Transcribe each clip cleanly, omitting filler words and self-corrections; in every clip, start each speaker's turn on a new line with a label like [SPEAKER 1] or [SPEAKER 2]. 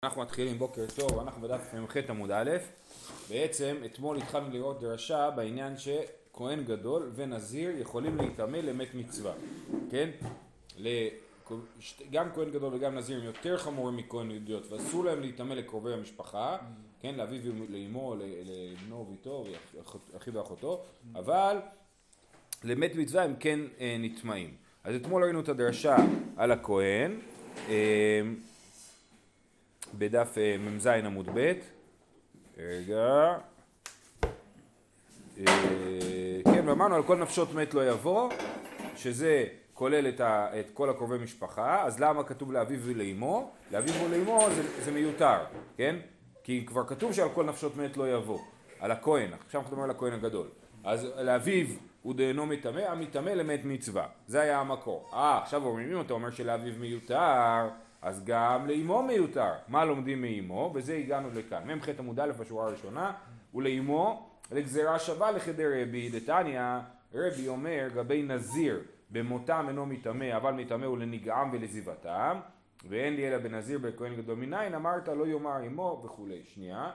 [SPEAKER 1] אנחנו מתחילים בוקר טוב, אנחנו בדף מ"ח עמוד א'. בעצם אתמול התחלנו לראות דרשה בעניין שכהן גדול ונזיר יכולים להיטמא למת מצווה, כן? גם כהן גדול וגם נזיר הם יותר חמורים מכהן ידיעות ואסור להם להיטמא לקרובי המשפחה, כן? לאביו ולאמו, לבנו וביתו ואחיו ואחותו, אבל למת מצווה הם כן נטמאים. אז אתמול ראינו את הדרשה על הכהן בדף מ"ז עמוד ב'. רגע. כן, ואמרנו על כל נפשות מת לא יבוא, שזה כולל את כל הקרובי משפחה. אז למה כתוב לאביו ולאמו? לאביו ולאמו זה מיותר, כן? כי כבר כתוב שעל כל נפשות מת לא יבוא, על הכהן. עכשיו אנחנו מדברים על הכהן הגדול. אז לאביו הוא דאינו מטמא, המטמא למת מצווה. זה היה המקור. עכשיו אומרים, אם אתה אומר שלאביו מיותר, אז גם לאמו מיותר. מה לומדים מאמו? וזה הגענו לכאן. מ"ח עמוד א' בשורה הראשונה, ולאמו לגזירה שווה לכדי רבי. דתניא, רבי אומר גבי נזיר במותם אינו מטמא, אבל מטמא הוא לנגעם ולזיבתם, ואין לי אלא בנזיר בכהן גדול מניין, אמרת לא יאמר אמו וכולי. שנייה.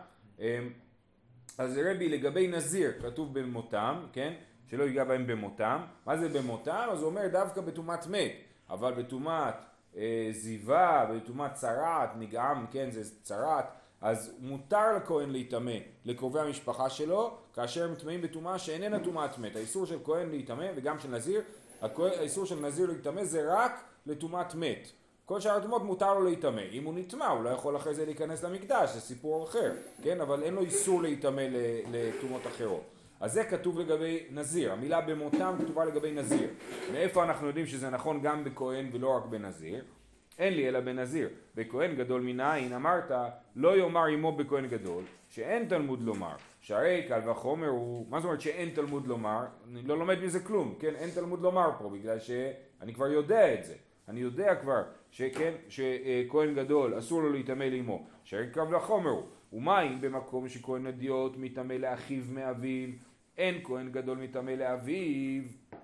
[SPEAKER 1] אז רבי לגבי נזיר כתוב במותם, כן? שלא ייגע בהם במותם. מה זה במותם? אז הוא אומר דווקא בטומאת מת, אבל בטומאת זיווה, בטומאת צרעת, נגעם, כן, זה צרעת, אז מותר לכהן להיטמא לקרובי המשפחה שלו, כאשר הם מטמאים בטומאה שאיננה טומאת מת. האיסור של כהן להיטמא וגם של נזיר, האיסור של נזיר להיטמא זה רק לטומאת מת. כל שאר הטומאות מותר לו להיטמא. אם הוא נטמא, הוא לא יכול אחרי זה להיכנס למקדש, זה סיפור אחר, כן? אבל אין לו איסור להיטמא לטומאות אחרות. אז זה כתוב לגבי נזיר, המילה במותם כתובה לגבי נזיר. מאיפה אנחנו יודעים שזה נכון גם בכהן ולא רק בנזיר? אין לי אלא בנזיר. בכהן גדול מניין אמרת לא יאמר אמו בכהן גדול, שאין תלמוד לומר. שהרי קל וחומר הוא, מה זאת אומרת שאין תלמוד לומר? אני לא לומד מזה כלום, כן? אין תלמוד לומר פה, בגלל שאני כבר יודע את זה. אני יודע כבר שכן, שכהן גדול אסור לו להיטמא לאמו. שהרי קל וחומר הוא. ומה אם במקום שכהן אדיוט מטמא לאחיו מאביו, אין כהן גדול מטמא לאביו,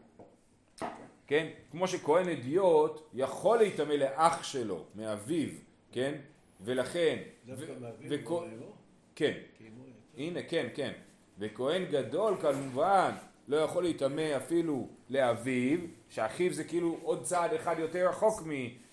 [SPEAKER 1] כן? כמו שכהן אדיוט יכול להיטמא לאח שלו מאביו, כן? ולכן
[SPEAKER 2] דווקא מאביו ולאמו?
[SPEAKER 1] כן, הנה, כן, כן. וכהן גדול כמובן לא יכול להיטמא אפילו לאביו, שאחיו זה כאילו עוד צעד אחד יותר רחוק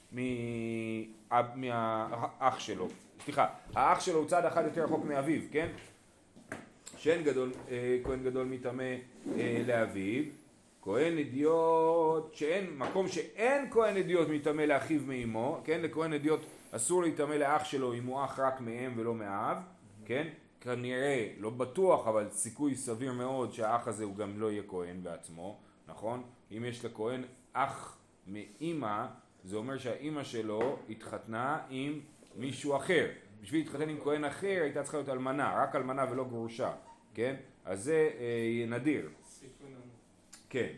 [SPEAKER 1] מהאח שלו. סליחה, האח שלו הוא צעד אחד יותר רחוק מאביו, כן? שאין גדול, כהן גדול מטמא לאביו, כהן אדיוט, מקום שאין כהן אדיוט מטמא לאחיו מאמו, כן? לכהן אדיוט אסור להיטמא לאח שלו אם הוא אח רק מאם ולא מאב, כן? כנראה, לא בטוח, אבל סיכוי סביר מאוד שהאח הזה הוא גם לא יהיה כהן בעצמו, נכון? אם יש לכהן אח מאמא, זה אומר שהאמא שלו התחתנה עם מישהו אחר. בשביל להתחתן עם כהן אחר הייתה צריכה להיות אלמנה, רק אלמנה ולא גרושה, כן? אז זה נדיר. כן.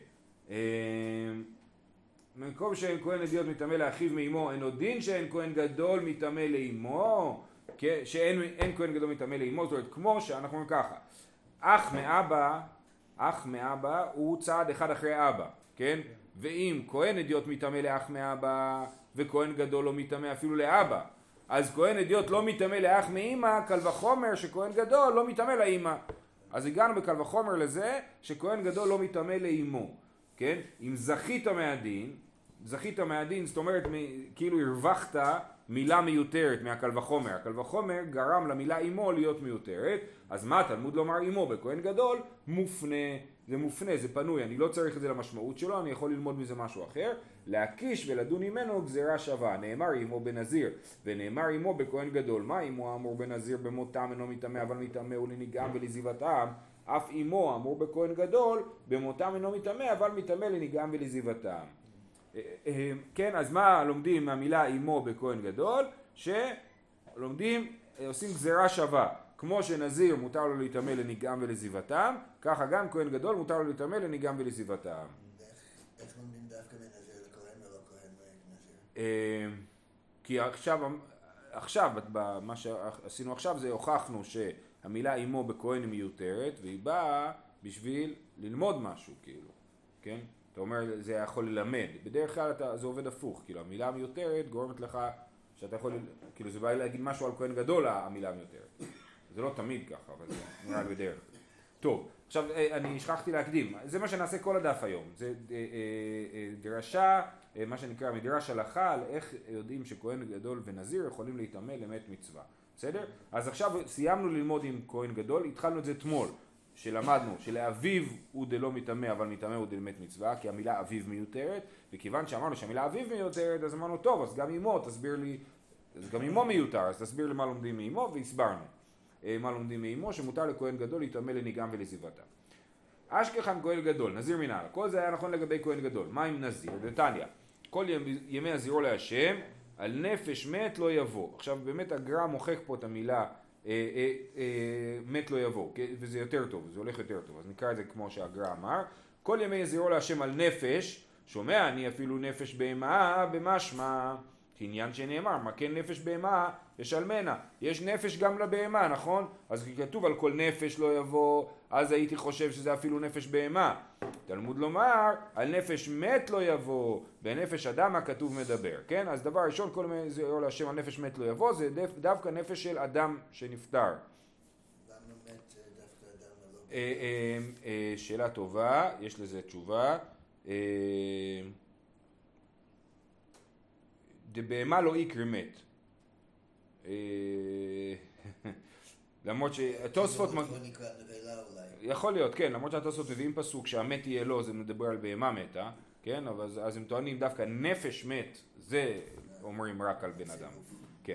[SPEAKER 1] במקום שאין כהן אדיוט מטמא לאחיו מאמו, אין עוד דין שאין כהן גדול מטמא לאמו, שאין כהן גדול מטמא לאמו, זאת אומרת, כמו שאנחנו אומרים ככה, אח מאבא הוא צעד אחד אחרי אבא, כן? ואם כהן אדיוט מטמא לאח מאבא, וכהן גדול לא מטמא אפילו לאבא, אז כהן אדיוט לא מטמא לאח מאמא, קל וחומר שכהן גדול לא מטמא לאמא. אז הגענו בקל וחומר לזה שכהן גדול לא מטמא לאמו, כן? אם זכית מהדין, זאת אומרת כאילו הרווחת מילה מיותרת מהקל וחומר. הקל וחומר גרם למילה אמו להיות מיותרת, אז מה תלמוד לומר אמו בכהן גדול? מופנה, זה פנוי, אני לא צריך את זה למשמעות שלו, אני יכול ללמוד מזה משהו אחר. להקיש ולדון ממנו גזירה שווה, נאמר אמו בנזיר ונאמר אמו בכהן גדול. מה אמו אמור בנזיר במותם אינו מטמא אבל מטמא הוא לנגעם ולזיבתם, אף אמו אמור בכהן גדול במותם אינו מטמא אבל מטמא לנגעם ולזיבתם. כן, אז מה לומדים מהמילה אמו בכהן גדול? שלומדים, עושים גזירה שווה. כמו שנזיר מותר לו להיטמא לנגעם ולזיבתם, ככה גם כהן גדול מותר לו להיטמא לנגעם ולזיבתם.
[SPEAKER 2] איך לומדים דווקא בנזיר לכהן ולא כהן נזיר?
[SPEAKER 1] כי עכשיו, מה שעשינו עכשיו זה הוכחנו שהמילה אמו בכהן היא מיותרת, והיא באה בשביל ללמוד משהו, כאילו, כן? אתה אומר, זה יכול ללמד. בדרך כלל זה עובד הפוך, כאילו, המילה מיותרת גורמת לך שאתה יכול, כאילו זה בא להגיד משהו על כהן גדול המילה מיותרת. זה לא תמיד ככה, אבל זה נראה לי בדרך. טוב, עכשיו אני שכחתי להקדים, זה מה שנעשה כל הדף היום, זה דרשה, מה שנקרא מדרש הלכה, על איך יודעים שכהן גדול ונזיר יכולים להתאמן למת מצווה, בסדר? אז עכשיו סיימנו ללמוד עם כהן גדול, התחלנו את זה אתמול, שלמדנו שלאביו הוא דלא מתאמה, אבל מתאמה הוא דלמת מצווה, כי המילה אביו מיותרת, וכיוון שאמרנו שהמילה אביו מיותרת, אז אמרנו טוב, אז גם אמו, תסביר לי, אז גם אמו מיותר, אז תסביר לי מה לומדים מאמו, והסברנו. מה לומדים מאמו, שמותר לכהן גדול להתאמה לניגם ולסביבתה. אשכחן כהן גדול, נזיר מנהל, כל זה היה נכון לגבי כהן גדול. מה עם נזיר? דתניא, כל ימי הזירו להשם, על נפש מת לא יבוא. עכשיו באמת הגר"א מוחק פה את המילה מת לא יבוא, וזה יותר טוב, זה הולך יותר טוב, אז נקרא את זה כמו שהגר"א אמר. כל ימי הזירו להשם על נפש, שומע אני אפילו נפש בהמה במשמע, עניין שנאמר, מה כן נפש בהמה יש על מנה, יש נפש גם לבהמה, נכון? אז כתוב על כל נפש לא יבוא, אז הייתי חושב שזה אפילו נפש בהמה. תלמוד לומר, על נפש מת לא יבוא, בנפש אדם הכתוב מדבר, כן? אז דבר ראשון, כל מיני זה יאמר להשם על נפש מת לא יבוא, זה דווקא נפש של אדם שנפטר.
[SPEAKER 2] למה מת דווקא אדם ולא...
[SPEAKER 1] שאלה טובה, יש לזה תשובה. דבהמה לא יקרה מת. למרות שהתוספות... יכול להיות, כן, למרות שהתוספות מביאים פסוק שהמת יהיה לו, זה מדבר על בהמה מתה, כן, אבל אז הם טוענים דווקא נפש מת, זה אומרים רק על בן אדם, כן.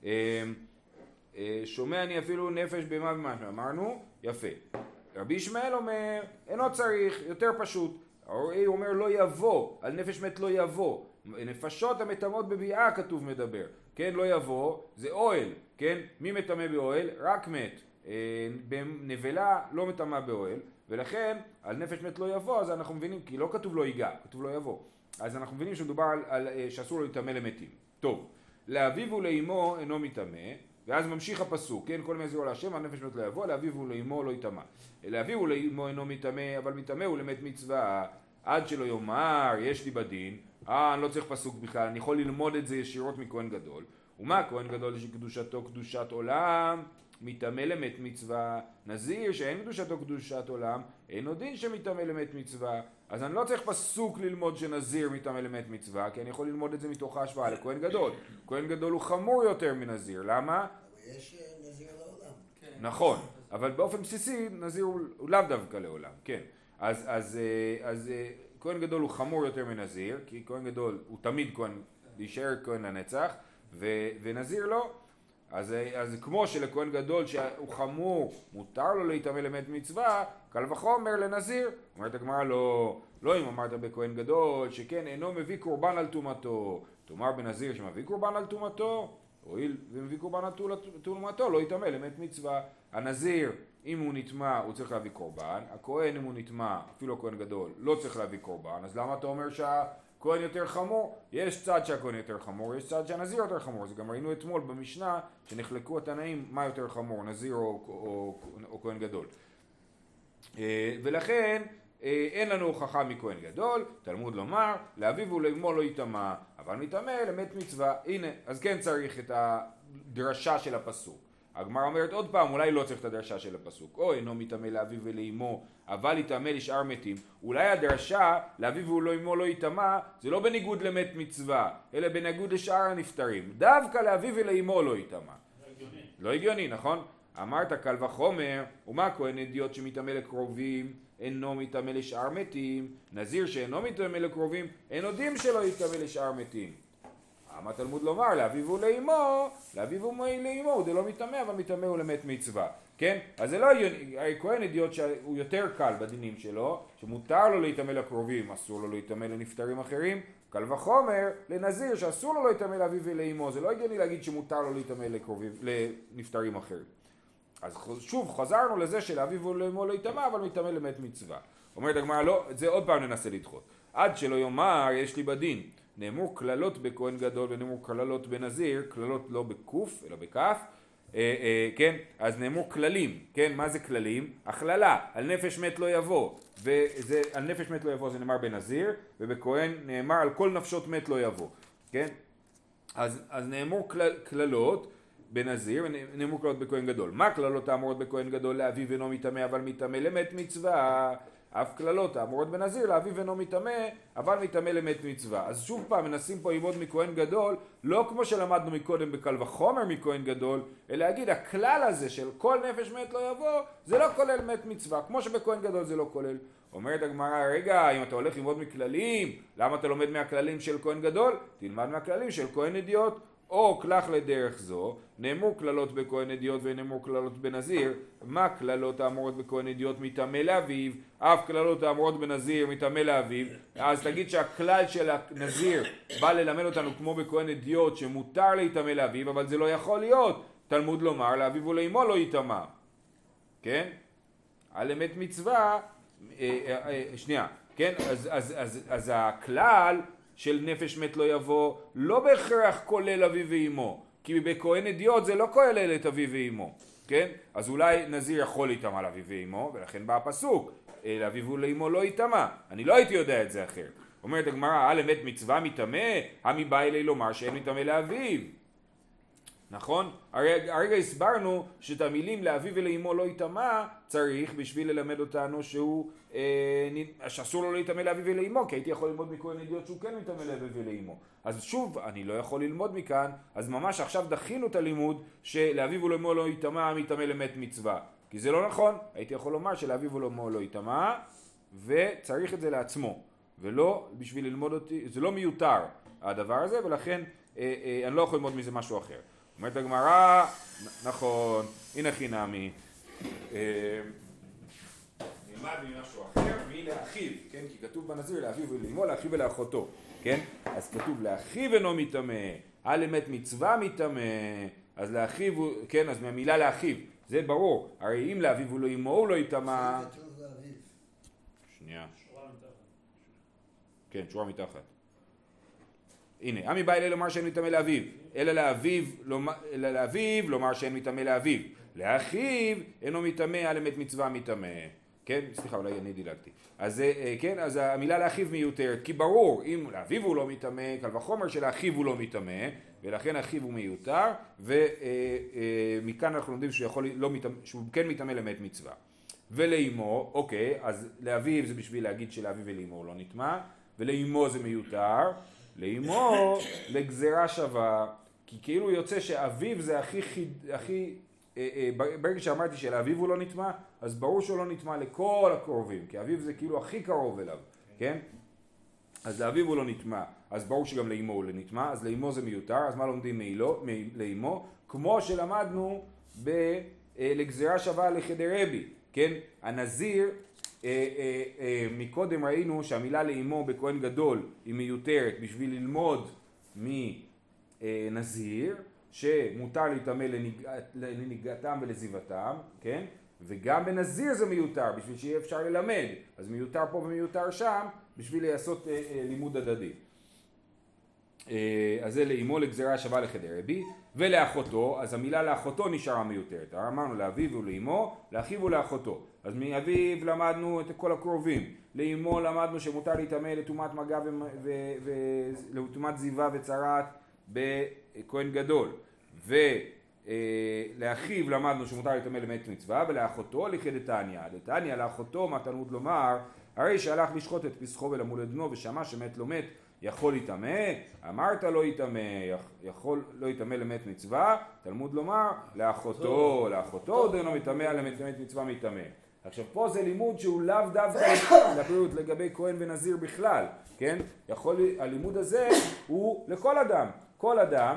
[SPEAKER 1] שומע אני אפילו נפש בהמה במשמע, אמרנו, יפה. רבי ישמעאל אומר, אינו צריך, יותר פשוט. הוא אומר לא יבוא, על נפש מת לא יבוא. נפשות המטמאות בביאה כתוב מדבר, כן, לא יבוא, זה אוהל, כן, מי מטמא באוהל? רק מת. בנבלה לא מטמא באוהל, ולכן על נפש מת לא יבוא, אז אנחנו מבינים, כי לא כתוב לא ייגע, כתוב לא יבוא. אז אנחנו מבינים שמדובר על שאסור לו להתאמה למתים. טוב, לאביו ולאמו אינו מתאמה, ואז ממשיך הפסוק, כן, כל מזירו להשם, על נפש מת לא יבוא, לאביו ולאמו לא יטמא. לאביו ולאמו אינו מתאמה, אבל מתאמה הוא למת מצווה, עד שלא יאמר, יש לי בדין, אני לא צריך פסוק בכלל, אני יכול ללמוד את זה ישירות מכהן גדול. ומה כהן גדול שקדושתו קדושת עולם, מתאמה למת מצווה, נזיר שאין קדושתו קדושת עולם, אין עוד דין שמתאמה למת מצווה. אז אני לא צריך פסוק ללמוד שנזיר מתאמה למת מצווה, כי אני יכול ללמוד את זה מתוך ההשוואה לכהן גדול. כהן גדול הוא חמור יותר מנזיר, למה?
[SPEAKER 2] אבל יש נזיר לעולם.
[SPEAKER 1] נכון, אבל באופן בסיסי נזיר הוא לאו דווקא לעולם, כן. אז כהן גדול הוא חמור יותר מנזיר, כי כהן גדול הוא תמיד כהן, להישאר כהן לנצח, ונזיר לא. אז כמו שלכהן גדול שהוא חמור, מותר לו להתאמה למת מצווה, קל וחומר לנזיר. אומרת הגמרא לא אם אמרת בכהן גדול, שכן אינו מביא קורבן על טומאתו. תאמר בנזיר שמביא קורבן על טומאתו, הואיל ומביא קורבן על טומאתו, לא יתאמה למת מצווה. הנזיר, אם הוא נטמא, הוא צריך להביא קורבן. הכהן, אם הוא נטמא, אפילו הכהן גדול, לא צריך להביא קורבן. אז למה אתה אומר שהכהן יותר חמור? יש צד שהכהן יותר חמור, יש צד שהנזיר יותר חמור. זה גם ראינו אתמול במשנה שנחלקו התנאים מה יותר חמור, נזיר או כהן גדול. ולכן אין לנו הוכחה מכהן גדול, תלמוד לומר, לאביו ולאמו לא יטמא, אבל מתאמה למת מצווה. הנה, אז כן צריך את הדרשה של הפסוק. הגמרא אומרת עוד פעם, אולי לא צריך את הדרשה של הפסוק, או אינו מתאמה לאביו ולאמו, אבל יטמא לשאר מתים. אולי הדרשה לאביו ולאמו לא יטמא, זה לא בניגוד למת מצווה, אלא בניגוד לשאר הנפטרים. דווקא לאביו ולאמו לא יטמא. לא הגיוני, נכון? אמרת קל וחומר, ומה כהן אדיוט שמתאמה לקרובים, אינו מתאמה לשאר מתים, נזיר שאינו מתאמה לקרובים, אין עודים שלא יטמא לשאר מתים. מה תלמוד לומר? לאביו ולאמו, לאביו ולאמו, הוא לא מתאמה, אבל מתאמה הוא למת מצווה. כן? אז זה לא הגיוני, כהן אדיוט שהוא יותר קל בדינים שלו, שמותר לו להתאמה לקרובים, אסור לו להתאמה לנפטרים אחרים, קל וחומר לנזיר שאסור לו להתאמה לאביו ולאמו, זה לא הגיוני להגיד שמותר לו להתאמה לנפטרים אחרים. אז שוב חזרנו לזה שלאביו ולאמו לא יטמא, אבל מתאמה למת מצווה. אומרת הגמרא לא, את זה עוד פעם ננסה לדחות. עד שלא יאמר יש לי בדין. נאמרו כללות בכהן גדול ונאמרו כללות בנזיר, כללות לא בקוף אלא בכף, כן? אז נאמרו כללים, כן? מה זה כללים? הכללה, על נפש מת לא יבוא, על נפש מת לא יבוא זה נאמר בנזיר, ובכהן נאמר על כל נפשות מת לא יבוא, כן? אז נאמרו כללות בנזיר ונאמרו כללות בכהן גדול. מה כללות האמורות בכהן גדול? לאביו אינו מטמא אבל מטמא למת מצווה. אף כללות האמורות בנזיר לאביו אינו מטמא אבל מטמא למת מצווה. אז שוב פעם מנסים פה ללמוד מכהן גדול, לא כמו שלמדנו מקודם בקל וחומר מכהן גדול, אלא להגיד הכלל הזה של כל נפש מת לא יבוא, זה לא כולל מת מצווה, כמו שבכהן גדול זה לא כולל. אומרת הגמרא, רגע, אם אתה הולך ללמוד מכללים, למה אתה לומד מהכללים של כהן גדול? תלמד מהכללים של כהן אדיוט. או כלך לדרך זו, נאמרו כללות בכהן אדיוט ונאמרו כללות בנזיר. מה כללות האמורות בכהן אדיוט? מטמא לאביו, אף כללות האמורות בנזיר מטמא לאביו. אז תגיד שהכלל של הנזיר בא ללמד אותנו כמו בכהן אדיוט שמותר להיטמא לאביו, אבל זה לא יכול להיות. תלמוד לומר לאביו ולאמו לא יטמא. כן? על אמת מצווה, שנייה, כן? אז הכלל של נפש מת לא יבוא לא בהכרח כולל אביו ואמו, כי בכהן אדיוט זה לא כולל את אביו ואמו, כן? אז אולי נזיר יכול להיטמא לאביו ואמו, ולכן בא הפסוק לאביו ולאמו לא יטמא. אני לא הייתי יודע את זה אחרת. אומרת הגמרא, על אמת מצווה מטמא, המי בא אלי לומר שאין מטמא לאביו. נכון? הרגע הסברנו שאת המילים לאביו ולאמו לא יטמא צריך בשביל ללמד אותנו שאסור לו להיטמא לאביו ולאמו, כי הייתי יכול ללמוד מכהן אדיוט שהוא כן מטמא לאביו ולאמו. אז שוב, אני לא יכול ללמוד מכאן, אז ממש עכשיו דחינו את הלימוד שלאביו ולאמו לא יטמא מטמא למת מצווה, כי זה לא נכון. הייתי יכול לומר שלאביו ולאמו לא יטמא וצריך את זה לעצמו, ולא בשביל ללמוד אותי, זה לא מיותר הדבר הזה, ולכן אני לא יכול ללמוד מזה משהו אחר. אומרת הגמרא, נכון, הנה חינמי, נלמד ממשהו אחר, והיא לאחיו, כן? כי כתוב בנזיר לאביו ולאמו, לאחיו ולאחותו, כן? אז כתוב לאחיו אינו מטמא, על אמת מצווה מטמא, אז לאחיו, כן, אז מהמילה לאחיו, זה ברור, הרי אם לאביו ולאמו הוא לא יטמא, שנייה, כן, שורה מתחת. הנה, עמי בא אלי לומר שאין מטמא לאביו, אלא לאביו לומר שאין מטמא לאביו, לאחיו אינו מטמא על אמת מצווה מטמא. כן? סליחה, אולי אני דילגתי. אז כן, אז המילה לאחיו מיותרת, כי ברור, אם לאביו הוא לא מטמא, קל וחומר שלאחיו הוא לא מטמא, ולכן אחיו הוא מיותר, ומכאן אנחנו לומדים שהוא כן מטמא למת מצווה. ולאמו, אוקיי, אז לאביו זה בשביל להגיד שלאביו ולאמו הוא לא נטמא, ולאמו זה מיותר, לאמו לגזרה שווה, כי כאילו יוצא שאביו זה הכי ברגע שאמרתי שלאביו הוא לא נטמא, אז ברור שהוא לא נטמא לכל הקרובים, כי אביו זה כאילו הכי קרוב אליו, כן? אז לאביו הוא לא נטמא, אז ברור שגם לאמו הוא לא נטמא, אז לאמו זה מיותר, אז מה לומדים לאמו? כמו שלמדנו לגזרה שווה לחדרבי, כן? הנזיר, מקודם ראינו שהמילה לאמו בכהן גדול היא מיותרת בשביל ללמוד מנזיר, שמותר להיטמא לנגעתם ולזיבתם, כן? וגם בנזיר זה מיותר, בשביל שיהיה אפשר ללמד. אז מיותר פה ומיותר שם, בשביל לעשות לימוד הדדי. אז זה לאמו לגזרה שווה לחדרבי, ולאחותו, אז המילה לאחותו נשארה מיותרת. אמרנו לאביו ולאמו, לאחיו ולאחותו. אז מאביו למדנו את כל הקרובים. לאמו למדנו שמותר להיטמא לטומאת מגע ולטומאת זיווה וצרת בכהן גדול. ולאחיו למדנו שמותר להיטמא למת מצווה, ולאחותו לכדתניא. דתניא לאחותו מה תלמוד לומר, הרי שהלך לשחוט את פסחו ולמול את בנו ושמע שמת לא מת יכול להיטמא, אמרת לא יטמא, יכול לא יטמא למת מצווה, תלמוד לומר לאחותו, לאחותו דנו מטמא למת מצווה מטמא. עכשיו פה זה לימוד שהוא לאו דווקא לפריאות לגבי כהן ונזיר בכלל, כן? הלימוד הזה הוא לכל אדם, כל אדם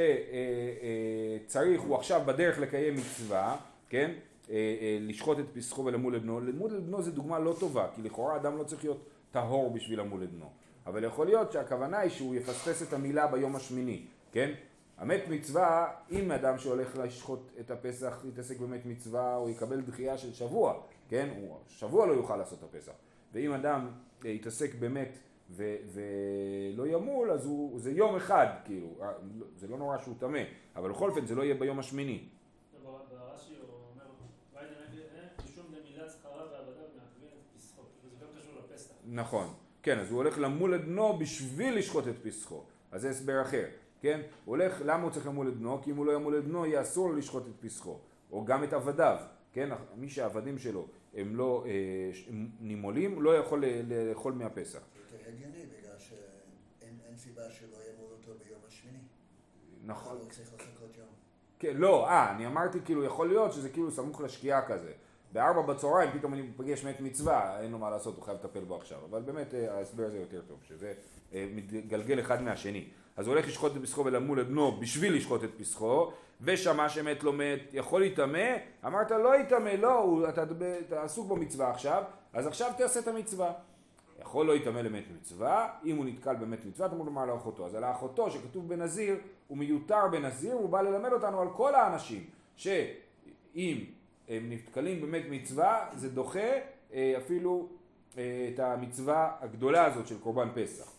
[SPEAKER 1] שצריך, הוא עכשיו בדרך לקיים מצווה, כן? לשחוט את פסחו ולמול את בנו. למול את בנו זה דוגמה לא טובה, כי לכאורה אדם לא צריך להיות טהור בשביל למול את בנו. אבל יכול להיות שהכוונה היא שהוא יפספס את המילה ביום השמיני, כן? המת מצווה, אם אדם שהולך לשחוט את הפסח יתעסק במת מצווה, הוא יקבל דחייה של שבוע, כן? הוא שבוע לא יוכל לעשות את הפסח. ואם אדם יתעסק באמת ולא ימול, אז זה יום אחד, כאילו, זה לא נורא שהוא טמא, אבל בכל אופן זה לא יהיה ביום השמיני.
[SPEAKER 3] ברש"י הוא אומר, משום דמילת זכרה ועבדיו מעכבים את פסחו, זה גם קשור לפסח.
[SPEAKER 1] נכון, כן, אז הוא הולך למול את בנו בשביל לשחוט את פסחו, אז זה הסבר אחר. כן? הולך, למה הוא צריך למול את בנו? כי אם הוא לא ימול את בנו, יהיה אסור לו לשחוט את פסחו, או גם את עבדיו, כן? מי שהעבדים שלו הם לא נימולים, לא יכול לאכול מהפסח.
[SPEAKER 2] זה יותר הגיוני, בגלל שאין סיבה שלא ימול אותו ביום השמיני.
[SPEAKER 1] נכון.
[SPEAKER 2] הוא צריך לחכות יום.
[SPEAKER 1] כן, לא, אני אמרתי כאילו, יכול להיות שזה כאילו סמוך לשקיעה כזה. ב4 בצהריים פתאום אני פגש מת מצווה, אין לו מה לעשות, הוא חייב לטפל בו עכשיו. אבל באמת ההסבר הזה יותר טוב, שזה מתגלגל אחד מהשני. אז הוא הולך לשחוט את פסחו ולמול את בנו בשביל לשחוט את פסחו, ושמע שמת לא מת, יכול להתאמה, אמרת לא יתאמה, לא, אתה עסוק במצווה עכשיו, אז עכשיו תעשה את המצווה. יכול לא יתאמה למת מצווה, אם הוא נתקל במת מצווה, אתה אומר לאחותו. אז על האחותו שכתוב בנזיר, הוא מיותר בנזיר, הוא בא ללמד אותנו על כל האנשים, שאם הם נתקלים באמת מצווה, זה דוחה אפילו את המצווה הגדולה הזאת של קורבן פסח.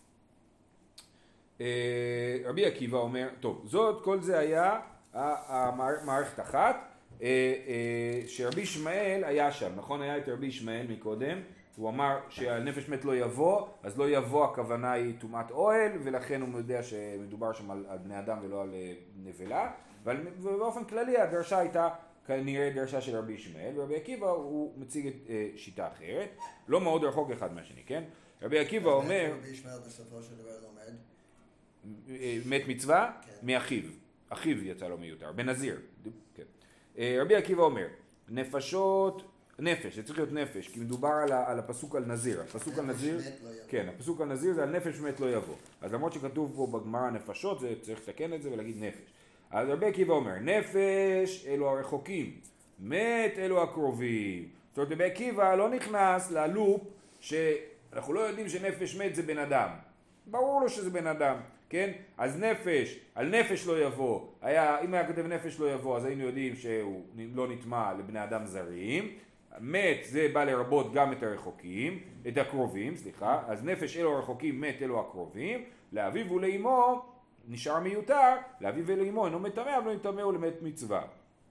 [SPEAKER 1] רבי עקיבא אומר, טוב, זאת, כל זה היה המערכת אחת, שרבי ישמעאל היה שם, נכון? היה את רבי ישמעאל מקודם, הוא אמר שהנפש מת לא יבוא, אז לא יבוא הכוונה היא טומאת אוהל, ולכן הוא יודע שמדובר שם על בני אדם ולא על נבלה, ובאופן כללי הדרשה הייתה כנראה דרשה של רבי ישמעאל, ורבי עקיבא הוא מציג את שיטה אחרת, לא מאוד רחוק אחד מהשני, כן? רבי עקיבא אומר...
[SPEAKER 2] רבי ישמעאל בסופו של דבר לומד?
[SPEAKER 1] מת מצווה?
[SPEAKER 2] כן.
[SPEAKER 1] מאחיו. אחיו יצא לו מיותר, בנזיר. כן. רבי עקיבא אומר, נפשות, נפש, זה צריך להיות נפש, כי מדובר על הפסוק על נזיר. הפסוק על נזיר, כן, הפסוק על נזיר זה על נפש מת לא יבוא. אז למרות שכתוב פה בגמרא נפשות, זה צריך לתקן את זה ולהגיד נפש. אז רבי עקיבא אומר, נפש אלו הרחוקים, מת אלו הקרובים. זאת אומרת, רבי עקיבא לא נכנס ללופ שאנחנו לא יודעים שנפש מת זה בן אדם. ברור לו שזה בן אדם, כן? אז נפש, על נפש לא יבוא, אם היה כותב נפש לא יבוא, אז היינו יודעים שהוא לא נטמע לבני אדם זרים. מת זה בא לרבות גם את הרחוקים, את הקרובים, סליחה, אז נפש אלו הרחוקים, מת אלו הקרובים, לאביו ולאמו נשאר מיותר, לאביו ולאמו אינו מטמא, אבל לא יטמא הוא למת מצווה.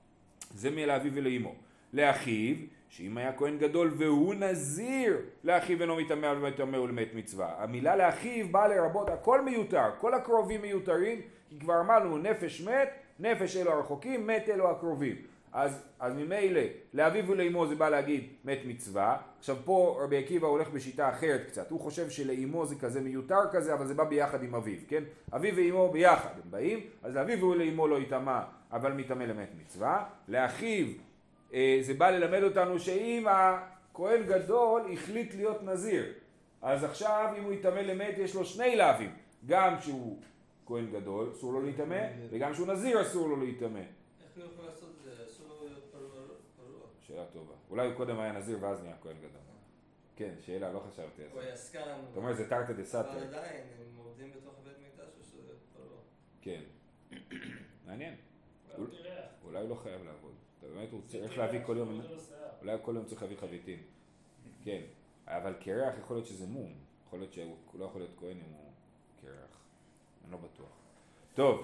[SPEAKER 1] זה מלאביו ולאמו. לאחיו, שאם היה כהן גדול והוא נזיר, לאחיו אינו מטמא, אבל לא יטמא הוא למת מצווה. המילה לאחיו באה לרבות, הכל מיותר, כל הקרובים מיותרים, כי כבר אמרנו נפש מת, נפש אלו הרחוקים, מת אלו הקרובים. אז ממילא, לאביו ולאמו זה בא להגיד מת מצווה. עכשיו פה רבי עקיבא הולך בשיטה אחרת קצת. הוא חושב שלאמו זה כזה מיותר כזה, אבל זה בא ביחד עם אביו, כן? אביו ואמו ביחד הם באים, אז לאביו ולאמו לא יטמא, אבל מטמא למת מצווה. לאחיו זה בא ללמד אותנו שאם הכהן גדול החליט להיות נזיר, אז עכשיו אם הוא יטמא למת יש לו שני לאווים. גם שהוא כהן גדול אסור לו להיטמא, וגם שהוא נזיר אסור לו להיטמא.
[SPEAKER 4] איך הוא יכול לעשות את זה? אסור לו להיות פרוע.
[SPEAKER 1] שאלה טובה. אולי הוא קודם היה נזיר ואז נהיה כהן גדול. כן, שאלה, לא חשבתי על
[SPEAKER 4] הוא
[SPEAKER 1] זה.
[SPEAKER 4] היה סקן.
[SPEAKER 1] אתה אומר זה תרתי דה סתר.
[SPEAKER 4] אבל עדיין, הם עובדים בתוך הבית מקדש או שזה פרוע.
[SPEAKER 1] כן. מעניין.
[SPEAKER 3] הוא קירח.
[SPEAKER 1] אולי הוא לא חייב לעבוד. אתה באמת הוא צריך להביא כל יום, אולי כל יום צריך להביא חביתין. כן. אבל קרח יכול להיות שזה מום. יכול להיות שהוא לא יכול להיות כהן אם הוא קרח. אני לא בטוח. טוב.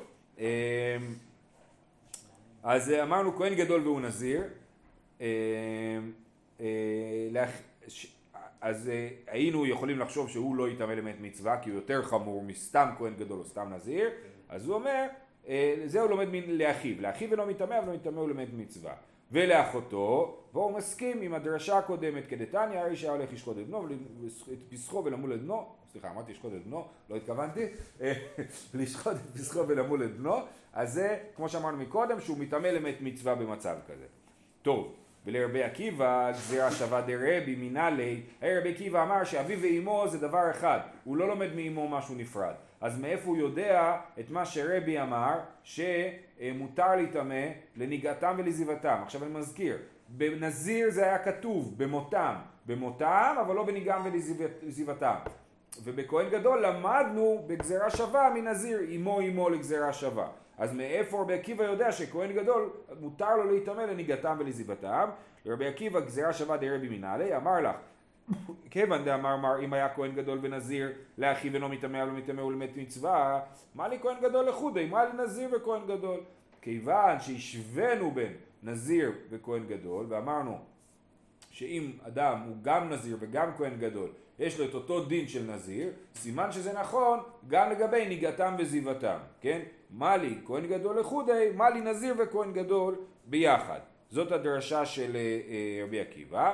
[SPEAKER 1] אז אמרנו כהן גדול והוא נזיר. אז היינו יכולים לחשוב שהוא לא יטמא למת מצווה, כי הוא יותר חמור מסתם כהן גדול או סתם נזיר. אז הוא אומר, זה הוא לומד לאחיו. לאחיו אינו מטמא, אבל מטמא הוא למת מצווה. ולאחותו, והוא מסכים עם הדרשה הקודמת כדתניא, הרי שהיה הולך לשחוט את בנו, את פסחו ולמול את בנו, סליחה, אמרתי לשחוט את בנו, לא התכוונתי, לשחוט את פסחו ולמול את בנו, אז זה, כמו שאמרנו מקודם, שהוא מטמא למת מצווה במצב כזה. טוב, ולרבי עקיבא, גזירה שווה דרבי מנהלי, רבי עקיבא אמר שאביו ואמו זה דבר אחד, הוא לא לומד מאמו משהו נפרד. אז מאיפה הוא יודע את מה שרבי אמר, שמותר להיטמא לנגעתם ולזיבתם. עכשיו אני מזכיר, בנזיר זה היה כתוב, במותם, אבל לא בנגעם ולזיבתם. ובכהן גדול למדנו בגזירה שווה מנזיר, אמו לגזירה שווה. אז מאיפה רבי עקיבא יודע שכהן גדול מותר לו להיטמא לנגעתם ולזיבתם? לרבי עקיבא גזירה שווה דרבי מנהלי, אמר לך, כיוון דאמר אם היה כהן גדול ונזיר לאחיו אינו מטמא ולא מטמא ולמת מצווה, מה לי כהן גדול לחודי? מה לי נזיר וכהן גדול? כיוון שהשווינו בין נזיר וכהן גדול ואמרנו שאם אדם הוא גם נזיר וגם כהן גדול, יש לו את אותו דין של נזיר, סימן שזה נכון גם לגבי ניגתם וזיוותם, כן? מה לי כהן גדול לחודי, מה לי נזיר וכהן גדול ביחד. זאת הדרשה של רבי עקיבא.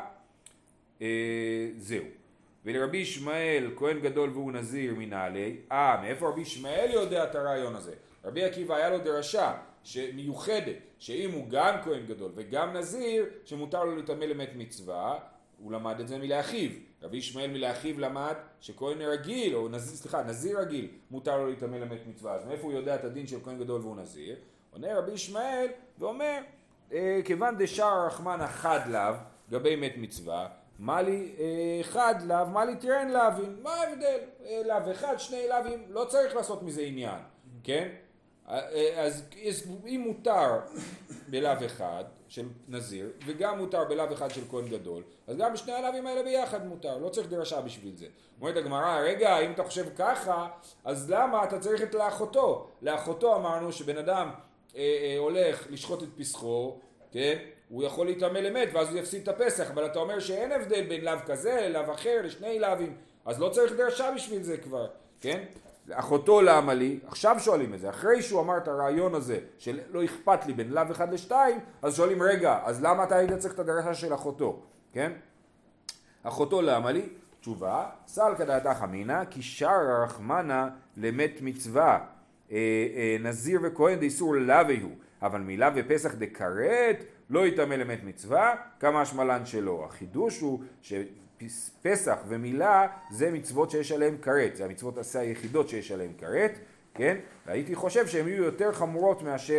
[SPEAKER 1] זהו. ולרבי ישמעאל כהן גדול והוא נזיר מנעלי. מאיפה רבי ישמעאל יודע את הרעיון הזה? רבי עקיבא היה לו דרשה מיוחדת, שאם הוא גם כהן גדול וגם נזיר, שמותר לו להתאמן למת מצווה, הוא למד את זה מלאחיו. רבי ישמעאל מלאחיו למד שכהן רגיל, או נזיר רגיל, מותר לו להתאמן למת מצווה. אז מאיפה הוא יודע את הדין של כהן גדול והוא נזיר? עונה רבי ישמעאל ואומר, כיוון דשאר רחמנא חד לאו, גבי מת מצווה, מה לי חד לאו, מה לי תירן לאווים, מה ההבדל? לאו אחד, שני לאווים, לא צריך לעשות מזה עניין, כן? אז אם מותר בלאו אחד של נזיר, וגם מותר בלאו אחד של כהן גדול, אז גם בשני הלאווים האלה ביחד מותר, לא צריך דרשה בשביל זה. אומרת הגמרא, רגע, אם אתה חושב ככה, אז למה אתה צריך את לאחותו? לאחותו אמרנו שבן אדם הולך לשחוט את פסחו, כן? הוא יכול להתאמן למת ואז הוא יפסיד את הפסח, אבל אתה אומר שאין הבדל בין לאו כזה ללאו אחר, לשני לאווים, אז לא צריך דרשה בשביל זה כבר, כן? אחותו למה לי, עכשיו שואלים את זה, אחרי שהוא אמר את הרעיון הזה שלא אכפת לי בין לאו אחד לשתיים, אז שואלים רגע, אז למה אתה היית צריך את הדרשה של אחותו, כן? אחותו למה לי, תשובה, סל כדעתך אמינא, כי שער רחמנא למת מצווה, נזיר וכהן דאיסור לאווי הוא, אבל מילה ופסח דקראת לא יתאמן למת מצווה, כמה השמלן שלו. החידוש הוא שפסח ומילה זה מצוות שיש עליהם כרת, זה המצוות עשה היחידות שיש עליהם כרת, כן? והייתי חושב שהן יהיו יותר חמורות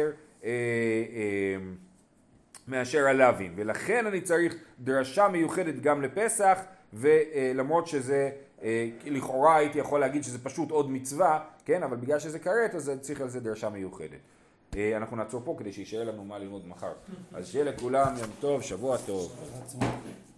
[SPEAKER 1] מאשר הלאווים, ולכן אני צריך דרשה מיוחדת גם לפסח, ולמרות שזה, לכאורה הייתי יכול להגיד שזה פשוט עוד מצווה, כן? אבל בגלל שזה כרת אז צריך על זה דרשה מיוחדת. אנחנו נעצור פה כדי שישאר לנו מה ללמוד מחר. אז שיהיה לכולם יום טוב, שבוע טוב.